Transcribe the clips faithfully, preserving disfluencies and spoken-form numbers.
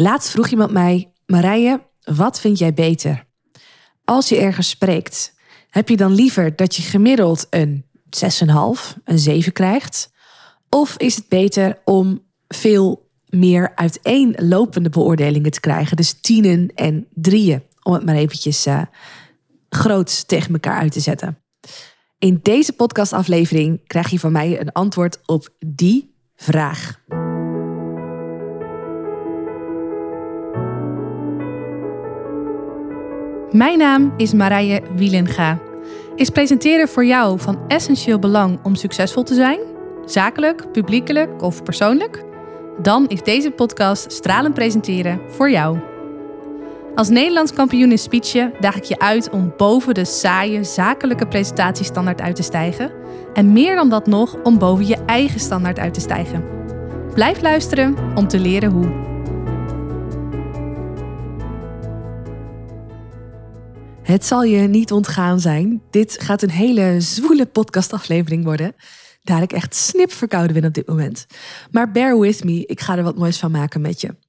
Laatst vroeg iemand mij: Marije, wat vind jij beter? Als je ergens spreekt, heb je dan liever dat je gemiddeld een zes komma vijf, een zeven krijgt? Of is het beter om veel meer uiteenlopende beoordelingen te krijgen? Dus tienen en drieën, om het maar eventjes uh, groots tegen elkaar uit te zetten. In deze podcastaflevering krijg je van mij een antwoord op die vraag. Mijn naam is Marije Wielenga. Is presenteren voor jou van essentieel belang om succesvol te zijn? Zakelijk, publiekelijk of persoonlijk? Dan is deze podcast Stralend Presenteren voor jou. Als Nederlands kampioen in speechen daag ik je uit om boven de saaie zakelijke presentatiestandaard uit te stijgen. En meer dan dat nog, om boven je eigen standaard uit te stijgen. Blijf luisteren om te leren hoe. Het zal je niet ontgaan zijn. Dit gaat een hele zwoele podcastaflevering worden. Daar ik echt snip verkouden ben op dit moment. Maar bear with me, ik ga er wat moois van maken met je.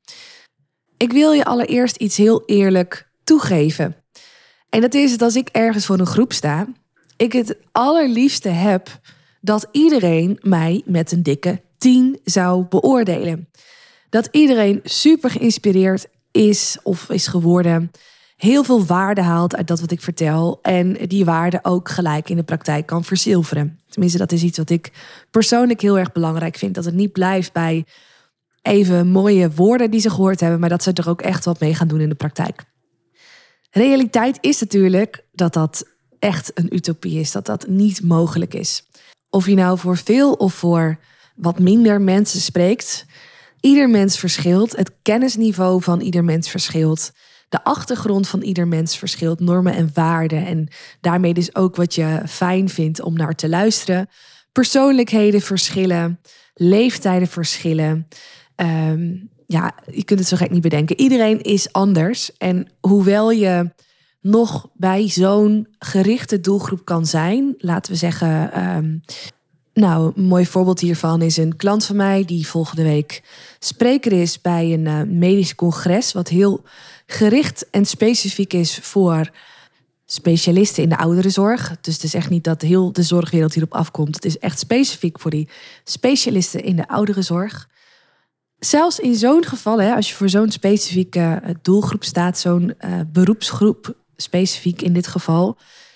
Ik wil je allereerst iets heel eerlijk toegeven. En dat is dat als ik ergens voor een groep sta, ik het allerliefste heb dat iedereen mij met een dikke tien zou beoordelen. Dat iedereen super geïnspireerd is of is geworden, heel veel waarde haalt uit dat wat ik vertel en die waarde ook gelijk in de praktijk kan verzilveren. Tenminste, dat is iets wat ik persoonlijk heel erg belangrijk vind. Dat het niet blijft bij even mooie woorden die ze gehoord hebben, maar dat ze er ook echt wat mee gaan doen in de praktijk. Realiteit is natuurlijk dat dat echt een utopie is, dat dat niet mogelijk is. Of je nou voor veel of voor wat minder mensen spreekt, ieder mens verschilt, het kennisniveau van ieder mens verschilt. De achtergrond van ieder mens verschilt, normen en waarden. En daarmee dus ook wat je fijn vindt om naar te luisteren. Persoonlijkheden verschillen, leeftijden verschillen. Um, ja, je kunt het zo gek niet bedenken. Iedereen is anders. En hoewel je nog bij zo'n gerichte doelgroep kan zijn, laten we zeggen, Um, nou, een mooi voorbeeld hiervan is een klant van mij die volgende week spreker is bij een uh, medisch congres, wat heel gericht en specifiek is voor specialisten in de ouderenzorg. Dus het is echt niet dat heel de zorgwereld hierop afkomt. Het is echt specifiek voor die specialisten in de ouderenzorg. Zelfs in zo'n geval, hè, als je voor zo'n specifieke uh, doelgroep staat, zo'n uh, beroepsgroep specifiek in dit geval,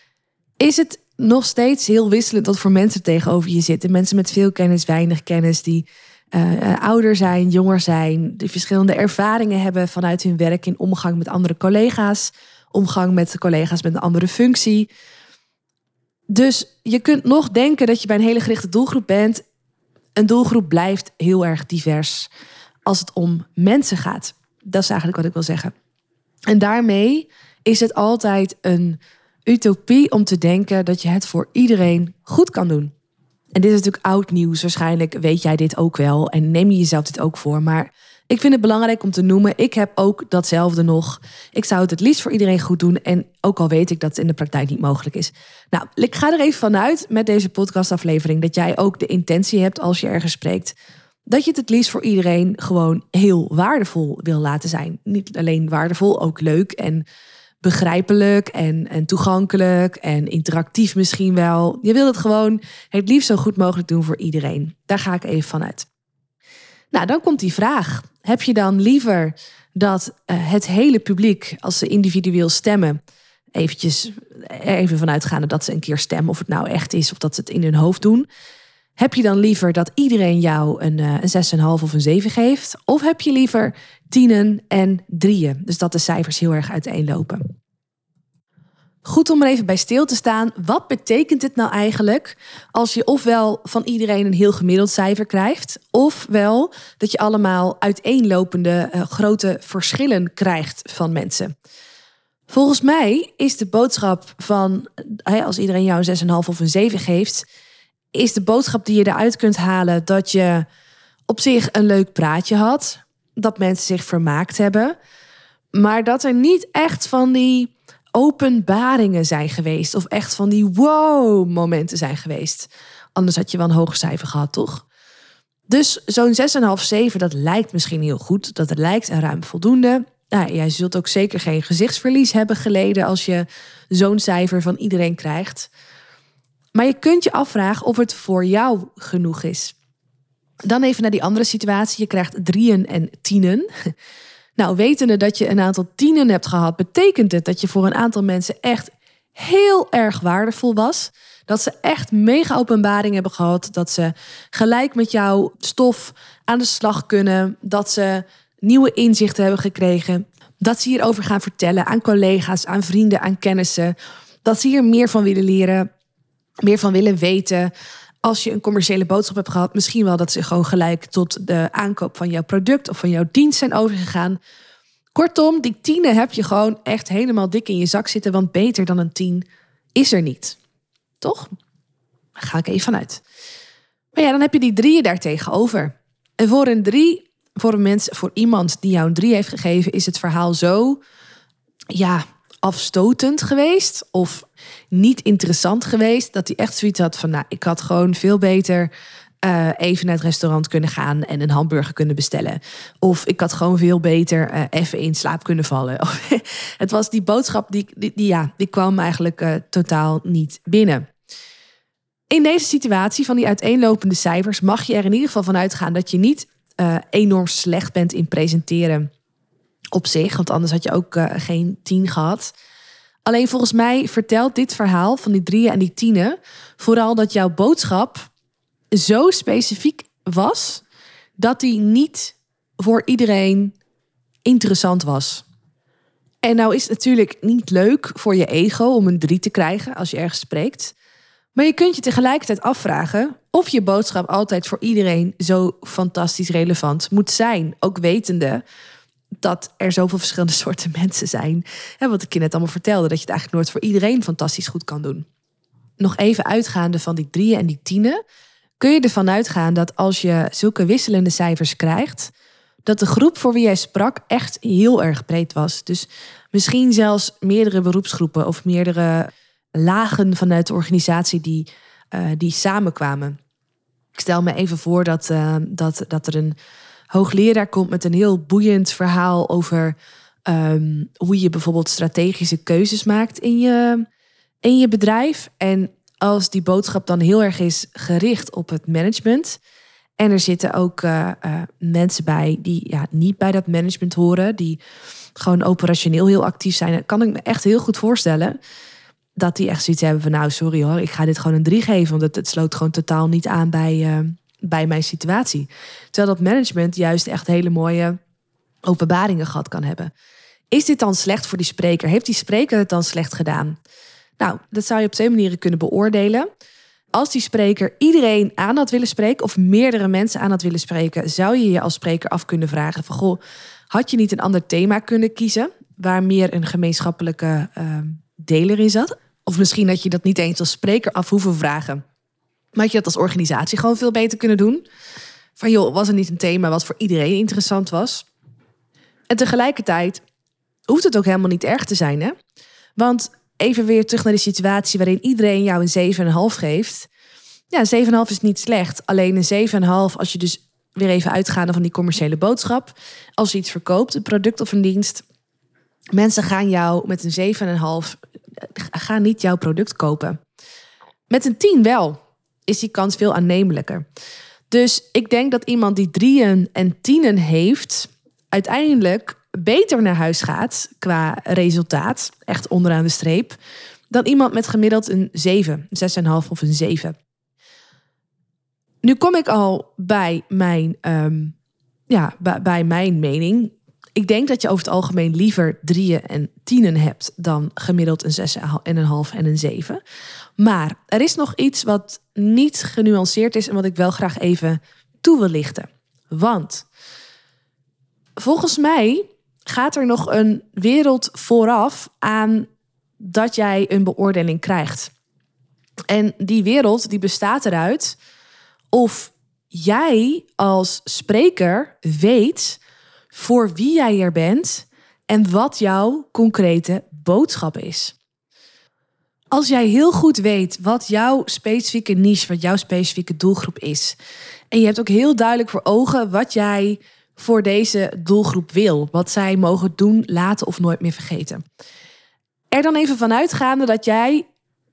is het nog steeds heel wisselend wat voor mensen tegenover je zitten. Mensen met veel kennis, weinig kennis, die uh, uh, ouder zijn, jonger zijn, die verschillende ervaringen hebben vanuit hun werk in omgang met andere collega's, omgang met collega's met een andere functie. Dus je kunt nog denken dat je bij een hele gerichte doelgroep bent. Een doelgroep blijft heel erg divers als het om mensen gaat. Dat is eigenlijk wat ik wil zeggen. En daarmee is het altijd een utopie om te denken dat je het voor iedereen goed kan doen. En dit is natuurlijk oud nieuws. Waarschijnlijk weet jij dit ook wel en neem je jezelf dit ook voor. Maar ik vind het belangrijk om te noemen, ik heb ook datzelfde nog. Ik zou het het liefst voor iedereen goed doen. En ook al weet ik dat het in de praktijk niet mogelijk is. Nou, ik ga er even vanuit met deze podcastaflevering dat jij ook de intentie hebt als je ergens spreekt, dat je het het liefst voor iedereen gewoon heel waardevol wil laten zijn. Niet alleen waardevol, ook leuk en begrijpelijk en, en toegankelijk en interactief misschien wel. Je wil het gewoon het liefst zo goed mogelijk doen voor iedereen. Daar ga ik even vanuit. Nou, dan komt die vraag. Heb je dan liever dat uh, het hele publiek, als ze individueel stemmen, eventjes even vanuitgaande dat ze een keer stemmen, of het nou echt is of dat ze het in hun hoofd doen. Heb je dan liever dat iedereen jou een, uh, een zes komma vijf of een zeven geeft? Of heb je liever tienen en drieën? Dus dat de cijfers heel erg uiteenlopen. Goed om er even bij stil te staan. Wat betekent het nou eigenlijk als je ofwel van iedereen een heel gemiddeld cijfer krijgt, ofwel dat je allemaal uiteenlopende uh, grote verschillen krijgt van mensen? Volgens mij is de boodschap van, uh, als iedereen jou een zes komma vijf of een zeven geeft, is de boodschap die je eruit kunt halen dat je op zich een leuk praatje had, dat mensen zich vermaakt hebben, maar dat er niet echt van die openbaringen zijn geweest of echt van die wow momenten zijn geweest. Anders had je wel een hoger cijfer gehad, toch? Dus zo'n zes komma vijf, zeven, dat lijkt misschien heel goed. Dat lijkt een ruim voldoende. Nou, jij zult ook zeker geen gezichtsverlies hebben geleden als je zo'n cijfer van iedereen krijgt. Maar je kunt je afvragen of het voor jou genoeg is. Dan even naar die andere situatie. Je krijgt drieën en tienen. Nou, wetende dat je een aantal tienen hebt gehad, betekent het dat je voor een aantal mensen echt heel erg waardevol was. Dat ze echt mega openbaring hebben gehad. Dat ze gelijk met jouw stof aan de slag kunnen. Dat ze nieuwe inzichten hebben gekregen. Dat ze hierover gaan vertellen aan collega's, aan vrienden, aan kennissen. Dat ze hier meer van willen leren, meer van willen weten. Als je een commerciële boodschap hebt gehad, misschien wel dat ze gewoon gelijk tot de aankoop van jouw product of van jouw dienst zijn overgegaan. Kortom, die tienen heb je gewoon echt helemaal dik in je zak zitten, want beter dan een tien is er niet. Toch? Daar ga ik even vanuit. Maar ja, dan heb je die drieën daar tegenover. En voor een drie, voor een mens, voor iemand die jou een drie heeft gegeven, is het verhaal zo, ja, afstotend geweest of niet interessant geweest, dat hij echt zoiets had van, nou, ik had gewoon veel beter uh, even naar het restaurant kunnen gaan en een hamburger kunnen bestellen. Of ik had gewoon veel beter uh, even in slaap kunnen vallen. Het was die boodschap, die, die, die, ja, die kwam eigenlijk uh, totaal niet binnen. In deze situatie van die uiteenlopende cijfers mag je er in ieder geval van uitgaan dat je niet uh, enorm slecht bent in presenteren op zich, want anders had je ook uh, geen tien gehad. Alleen volgens mij vertelt dit verhaal van die drieën en die tienen vooral dat jouw boodschap zo specifiek was dat die niet voor iedereen interessant was. En nou is het natuurlijk niet leuk voor je ego om een drie te krijgen als je ergens spreekt. Maar je kunt je tegelijkertijd afvragen of je boodschap altijd voor iedereen zo fantastisch relevant moet zijn. Ook wetende dat er zoveel verschillende soorten mensen zijn. En wat ik je net allemaal vertelde, dat je het eigenlijk nooit voor iedereen fantastisch goed kan doen. Nog even uitgaande van die drieën en die tienen, kun je ervan uitgaan dat als je zulke wisselende cijfers krijgt, dat de groep voor wie jij sprak echt heel erg breed was. Dus misschien zelfs meerdere beroepsgroepen of meerdere lagen vanuit de organisatie die, uh, die samenkwamen. Ik stel me even voor dat, uh, dat, dat er een hoogleraar komt met een heel boeiend verhaal over um, hoe je bijvoorbeeld strategische keuzes maakt in je, in je bedrijf. En als die boodschap dan heel erg is gericht op het management, en er zitten ook uh, uh, mensen bij die ja, niet bij dat management horen, die gewoon operationeel heel actief zijn, dan kan ik me echt heel goed voorstellen dat die echt zoiets hebben van, nou sorry hoor, ik ga dit gewoon een drie geven, want het, het sloot gewoon totaal niet aan bij, uh, bij mijn situatie. Terwijl dat management juist echt hele mooie openbaringen gehad kan hebben. Is dit dan slecht voor die spreker? Heeft die spreker het dan slecht gedaan? Nou, dat zou je op twee manieren kunnen beoordelen. Als die spreker iedereen aan had willen spreken, of meerdere mensen aan had willen spreken, zou je je als spreker af kunnen vragen van, goh, had je niet een ander thema kunnen kiezen waar meer een gemeenschappelijke uh, deler in zat? Of misschien had je dat niet eens als spreker af hoeven vragen, maar had je dat als organisatie gewoon veel beter kunnen doen? Van joh, was er niet een thema wat voor iedereen interessant was? En tegelijkertijd hoeft het ook helemaal niet erg te zijn, hè? Want even weer terug naar die situatie waarin iedereen jou een zeven komma vijf geeft. Ja, een zeven komma vijf is niet slecht. Alleen een zeven komma vijf, als je dus weer even uitgaande van die commerciële boodschap, als je iets verkoopt, een product of een dienst, mensen gaan jou met een zeven komma vijf, gaan niet jouw product kopen. Met een tien wel, is die kans veel aannemelijker. Dus ik denk dat iemand die drieën en tienen heeft, uiteindelijk beter naar huis gaat qua resultaat, echt onderaan de streep, dan iemand met gemiddeld een zeven, een zes komma vijf of een zeven. Nu kom ik al bij mijn, um, ja, bij, bij mijn mening. Ik denk dat je over het algemeen liever drieën en tienen hebt dan gemiddeld een zes komma vijf en een zeven. Maar er is nog iets wat niet genuanceerd is en wat ik wel graag even toe wil lichten. Want volgens mij gaat er nog een wereld vooraf aan dat jij een beoordeling krijgt. En die wereld die bestaat eruit of jij als spreker weet voor wie jij er bent en wat jouw concrete boodschap is. Als jij heel goed weet wat jouw specifieke niche, wat jouw specifieke doelgroep is, En je hebt ook heel duidelijk voor ogen wat jij voor deze doelgroep wil. Wat zij mogen doen, laten of nooit meer vergeten. Er dan even vanuitgaande dat jij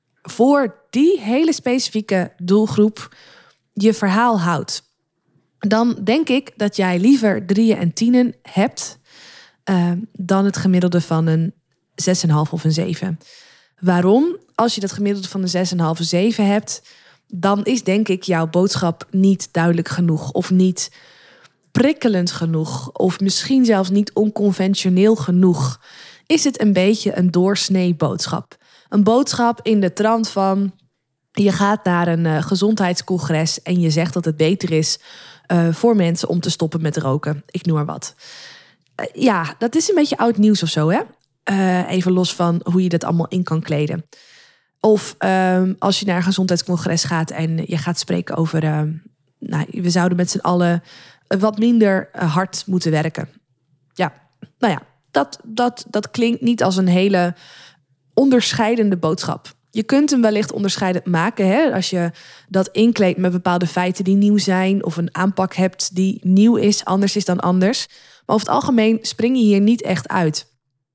voor die hele specifieke doelgroep je verhaal houdt. Dan denk ik dat jij liever drieën en tienen hebt uh, dan het gemiddelde van een zes komma vijf of een zeven. Waarom? Als je dat gemiddelde van een zes komma vijf of zeven hebt, dan is denk ik jouw boodschap niet duidelijk genoeg of niet prikkelend genoeg of misschien zelfs niet onconventioneel genoeg. Is het een beetje een doorsnee boodschap? Een boodschap in de trant van je gaat naar een uh, gezondheidscongres en je zegt dat het beter is uh, voor mensen om te stoppen met roken. Ik noem maar wat. Uh, ja, dat is een beetje oud nieuws of zo, hè? Uh, even los van hoe je dat allemaal in kan kleden. Of uh, als je naar een gezondheidscongres gaat en je gaat spreken over Uh, nou, we zouden met z'n allen wat minder uh, hard moeten werken. Ja, nou ja, dat, dat, dat klinkt niet als een hele onderscheidende boodschap. Je kunt hem wellicht onderscheidend maken, hè, als je dat inkleedt met bepaalde feiten die nieuw zijn of een aanpak hebt die nieuw is, anders is dan anders. Maar over het algemeen spring je hier niet echt uit.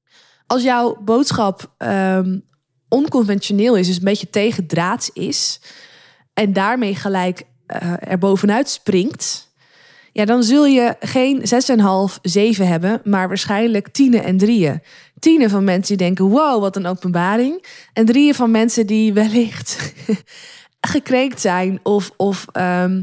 Als jouw boodschap um, onconventioneel is, dus een beetje tegendraads is en daarmee gelijk uh, er bovenuit springt, ja, dan zul je geen zes komma vijf, zeven hebben, maar waarschijnlijk tienen en drieën. Tienen van mensen die denken, wow, wat een openbaring. En drieën van mensen die wellicht gekrenkt zijn. Of, of um,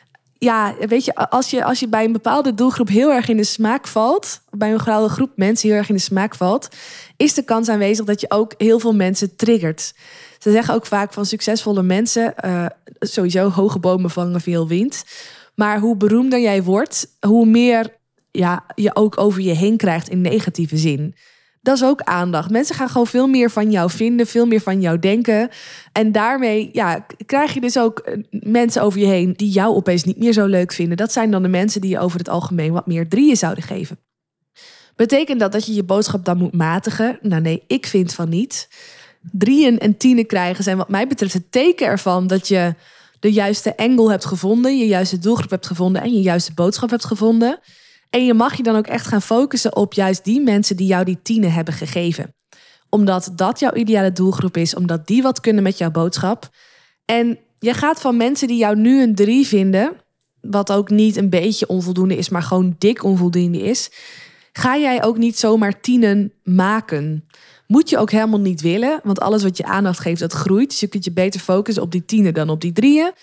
ja, weet je, als je, als je bij een bepaalde doelgroep heel erg in de smaak valt, bij een bepaalde groep mensen heel erg in de smaak valt, is de kans aanwezig dat je ook heel veel mensen triggert. Ze zeggen ook vaak van succesvolle mensen, uh, sowieso hoge bomen vangen veel wind. Maar hoe beroemder jij wordt, hoe meer ja, je ook over je heen krijgt in negatieve zin. Dat is ook aandacht. Mensen gaan gewoon veel meer van jou vinden, veel meer van jou denken. En daarmee ja, krijg je dus ook mensen over je heen die jou opeens niet meer zo leuk vinden. Dat zijn dan de mensen die je over het algemeen wat meer drieën zouden geven. Betekent dat dat je je boodschap dan moet matigen? Nou nee, ik vind van niet. Drieën en tienen krijgen zijn wat mij betreft het teken ervan dat je de juiste angle hebt gevonden, je juiste doelgroep hebt gevonden en je juiste boodschap hebt gevonden. En je mag je dan ook echt gaan focussen op juist die mensen die jou die tienen hebben gegeven. Omdat dat jouw ideale doelgroep is, omdat die wat kunnen met jouw boodschap. En je gaat van mensen die jou nu een drie vinden, wat ook niet een beetje onvoldoende is, maar gewoon dik onvoldoende is, ga jij ook niet zomaar tienen maken. Moet je ook helemaal niet willen, want alles wat je aandacht geeft, dat groeit. Dus je kunt je beter focussen op die tienen dan op die drieën.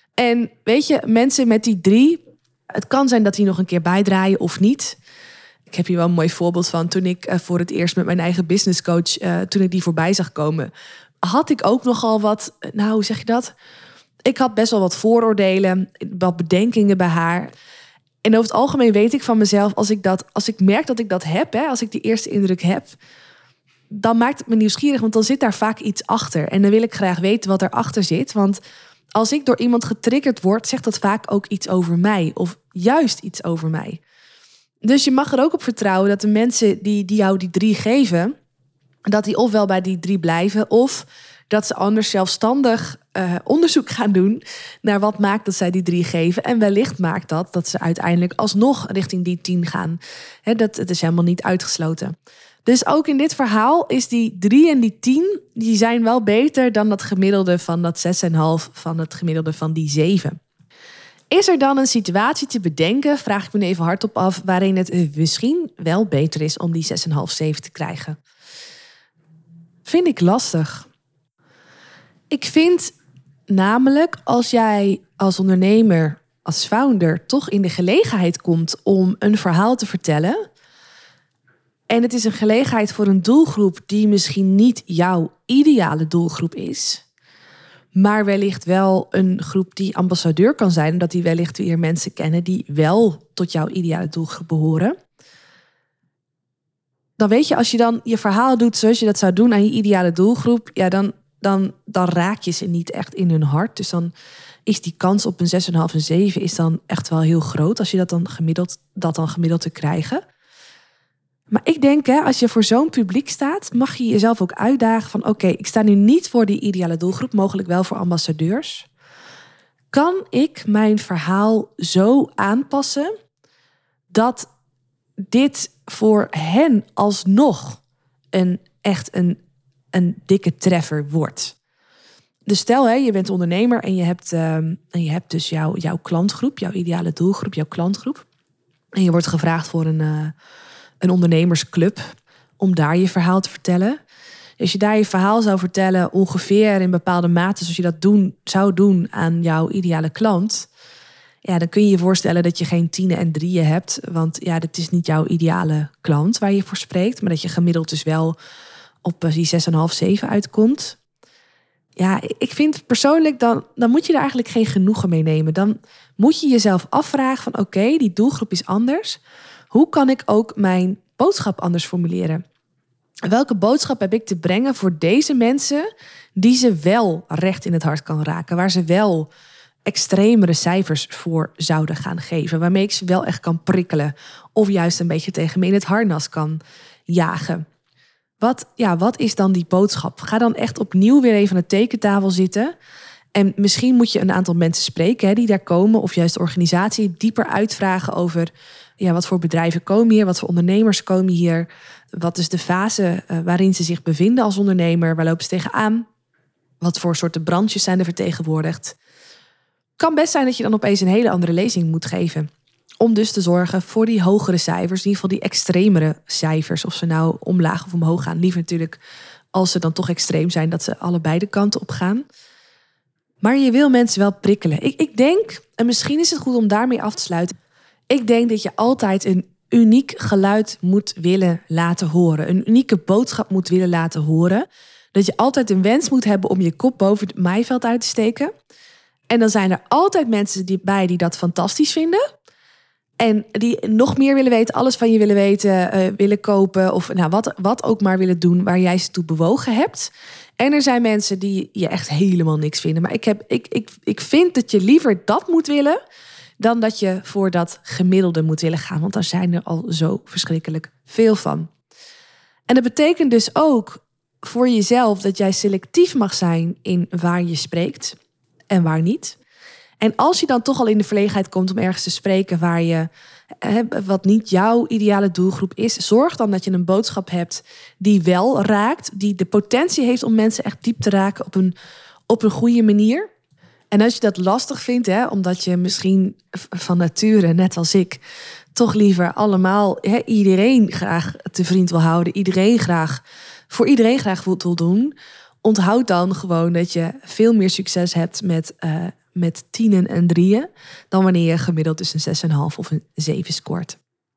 En weet je, mensen met die drie, het kan zijn dat die nog een keer bijdraaien of niet. Ik heb hier wel een mooi voorbeeld van. Toen ik uh, voor het eerst met mijn eigen businesscoach, uh, toen ik die voorbij zag komen, had ik ook nogal wat, nou hoe zeg je dat? Ik had best wel wat vooroordelen, wat bedenkingen bij haar. En over het algemeen weet ik van mezelf, als ik, dat, als ik merk dat ik dat heb, hè, als ik die eerste indruk heb, dan maakt het me nieuwsgierig, want dan zit daar vaak iets achter. En dan wil ik graag weten wat erachter zit. Want als ik door iemand getriggerd word, zegt dat vaak ook iets over mij. Of juist iets over mij. Dus je mag er ook op vertrouwen dat de mensen die, die jou die drie geven, dat die ofwel bij die drie blijven, of dat ze anders zelfstandig uh, onderzoek gaan doen naar wat maakt dat zij die drie geven. En wellicht maakt dat dat ze uiteindelijk alsnog richting die tien gaan. He, dat, het is helemaal niet uitgesloten. Dus ook in dit verhaal is die drie en die tien, die zijn wel beter dan dat gemiddelde van dat zes komma vijf, van het gemiddelde van die zeven. Is er dan een situatie te bedenken, vraag ik me even hardop af, waarin het misschien wel beter is om die zes komma vijf, zeven te krijgen? Vind ik lastig. Ik vind namelijk, als jij als ondernemer, als founder, toch in de gelegenheid komt om een verhaal te vertellen, en het is een gelegenheid voor een doelgroep die misschien niet jouw ideale doelgroep is, maar wellicht wel een groep die ambassadeur kan zijn, omdat die wellicht weer mensen kennen die wel tot jouw ideale doelgroep behoren. Dan weet je, als je dan je verhaal doet zoals je dat zou doen aan je ideale doelgroep, ja, dan, dan, dan raak je ze niet echt in hun hart. Dus dan is die kans op een zes komma vijf, een zeven is dan echt wel heel groot als je dat dan gemiddeld, dat dan gemiddeld te krijgen. Maar ik denk, hè, als je voor zo'n publiek staat, mag je jezelf ook uitdagen van oké, okay, ik sta nu niet voor die ideale doelgroep, mogelijk wel voor ambassadeurs. kan ik mijn verhaal zo aanpassen dat dit voor hen alsnog een echt een, een dikke treffer wordt? Dus stel, hè, je bent ondernemer en je hebt, uh, en je hebt dus jouw, jouw klantgroep, jouw ideale doelgroep, jouw klantgroep. En je wordt gevraagd voor een, uh, een ondernemersclub om daar je verhaal te vertellen. Als je daar je verhaal zou vertellen, ongeveer in bepaalde mate zoals je dat doen, zou doen aan jouw ideale klant, ja, dan kun je je voorstellen dat je geen tienen en drieën hebt. Want ja, dit is niet jouw ideale klant waar je voor spreekt, maar dat je gemiddeld dus wel op die zes komma vijf, zeven uitkomt. Ja, ik vind persoonlijk, dan, dan moet je er eigenlijk geen genoegen mee nemen. Dan moet je jezelf afvragen van oké, okay, die doelgroep is anders. Hoe kan ik ook mijn boodschap anders formuleren? Welke boodschap heb ik te brengen voor deze mensen die ze wel recht in het hart kan raken? Waar ze wel extremere cijfers voor zouden gaan geven. Waarmee ik ze wel echt kan prikkelen. Of juist een beetje tegen me in het harnas kan jagen. Wat, ja, wat is dan die boodschap? Ga dan echt opnieuw weer even aan de tekentafel zitten. En misschien moet je een aantal mensen spreken hè, die daar komen. Of juist de organisatie dieper uitvragen over ja, wat voor bedrijven komen hier. Wat voor ondernemers komen hier. Wat is de fase uh, waarin ze zich bevinden als ondernemer? Waar lopen ze tegenaan? Wat voor soorten branches zijn er vertegenwoordigd? Het kan best zijn dat je dan opeens een hele andere lezing moet geven. Om dus te zorgen voor die hogere cijfers. In ieder geval die extremere cijfers. Of ze nou omlaag of omhoog gaan. Liever natuurlijk als ze dan toch extreem zijn. Dat ze allebei de kanten op gaan. Maar je wil mensen wel prikkelen. Ik, ik denk, en misschien is het goed om daarmee af te sluiten. Ik denk dat je altijd een uniek geluid moet willen laten horen. Een unieke boodschap moet willen laten horen. Dat je altijd een wens moet hebben om je kop boven het maaiveld uit te steken. En dan zijn er altijd mensen die, bij die dat fantastisch vinden. En die nog meer willen weten, alles van je willen weten, uh, willen kopen. Of nou, wat, wat ook maar willen doen waar jij ze toe bewogen hebt. En er zijn mensen die je echt helemaal niks vinden. Maar ik, heb, ik, ik, ik vind dat je liever dat moet willen dan dat je voor dat gemiddelde moet willen gaan. Want daar zijn er al zo verschrikkelijk veel van. En dat betekent dus ook voor jezelf dat jij selectief mag zijn in waar je spreekt en waar niet. En als je dan toch al in de verlegenheid komt om ergens te spreken waar je, wat niet jouw ideale doelgroep is, zorg dan dat je een boodschap hebt die wel raakt, die de potentie heeft om mensen echt diep te raken op een, op een goede manier. En als je dat lastig vindt, hè, omdat je misschien van nature, net als ik, toch liever allemaal hè, iedereen graag te vriend wil houden, iedereen graag, voor iedereen graag wil doen, onthoud dan gewoon dat je veel meer succes hebt met, uh, met tienen en drieën dan wanneer je gemiddeld dus een zes komma vijf of een zeven scoort.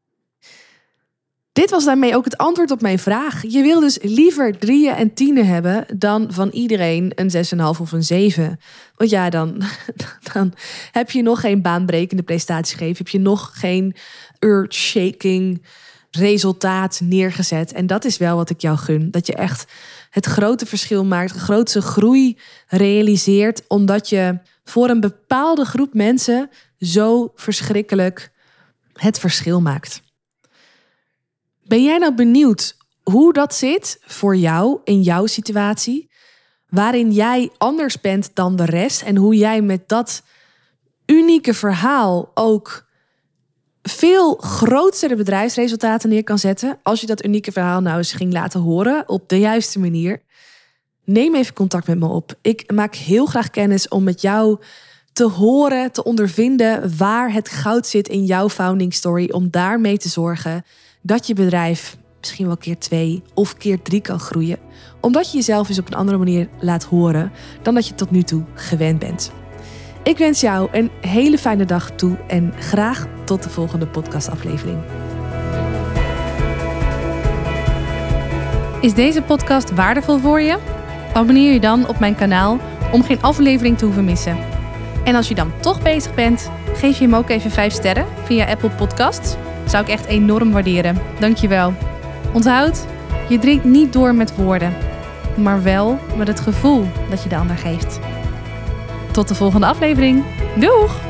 Dit was daarmee ook het antwoord op mijn vraag. Je wil dus liever drieën en tienen hebben dan van iedereen een zes komma vijf of een zeven. Want ja, dan, dan heb je nog geen baanbrekende prestatie gegeven. Heb je nog geen earth-shaking resultaat neergezet. En dat is wel wat ik jou gun. Dat je echt het grote verschil maakt. De grootste groei realiseert. Omdat je voor een bepaalde groep mensen zo verschrikkelijk het verschil maakt. Ben jij nou benieuwd hoe dat zit voor jou in jouw situatie? Waarin jij anders bent dan de rest en hoe jij met dat unieke verhaal ook veel grotere bedrijfsresultaten neer kan zetten. Als je dat unieke verhaal nou eens ging laten horen op de juiste manier. Neem even contact met me op. Ik maak heel graag kennis om met jou te horen, te ondervinden waar het goud zit in jouw founding story. Om daarmee te zorgen dat je bedrijf misschien wel keer twee of keer drie kan groeien. Omdat je jezelf eens op een andere manier laat horen dan dat je tot nu toe gewend bent. Ik wens jou een hele fijne dag toe en graag tot de volgende podcastaflevering. Is deze podcast waardevol voor je? Abonneer je dan op mijn kanaal om geen aflevering te hoeven missen. En als je dan toch bezig bent, geef je hem ook even vijf sterren via Apple Podcasts. Zou ik echt enorm waarderen. Dankjewel. Onthoud, je drinkt niet door met woorden, maar wel met het gevoel dat je de ander geeft. Tot de volgende aflevering. Doeg!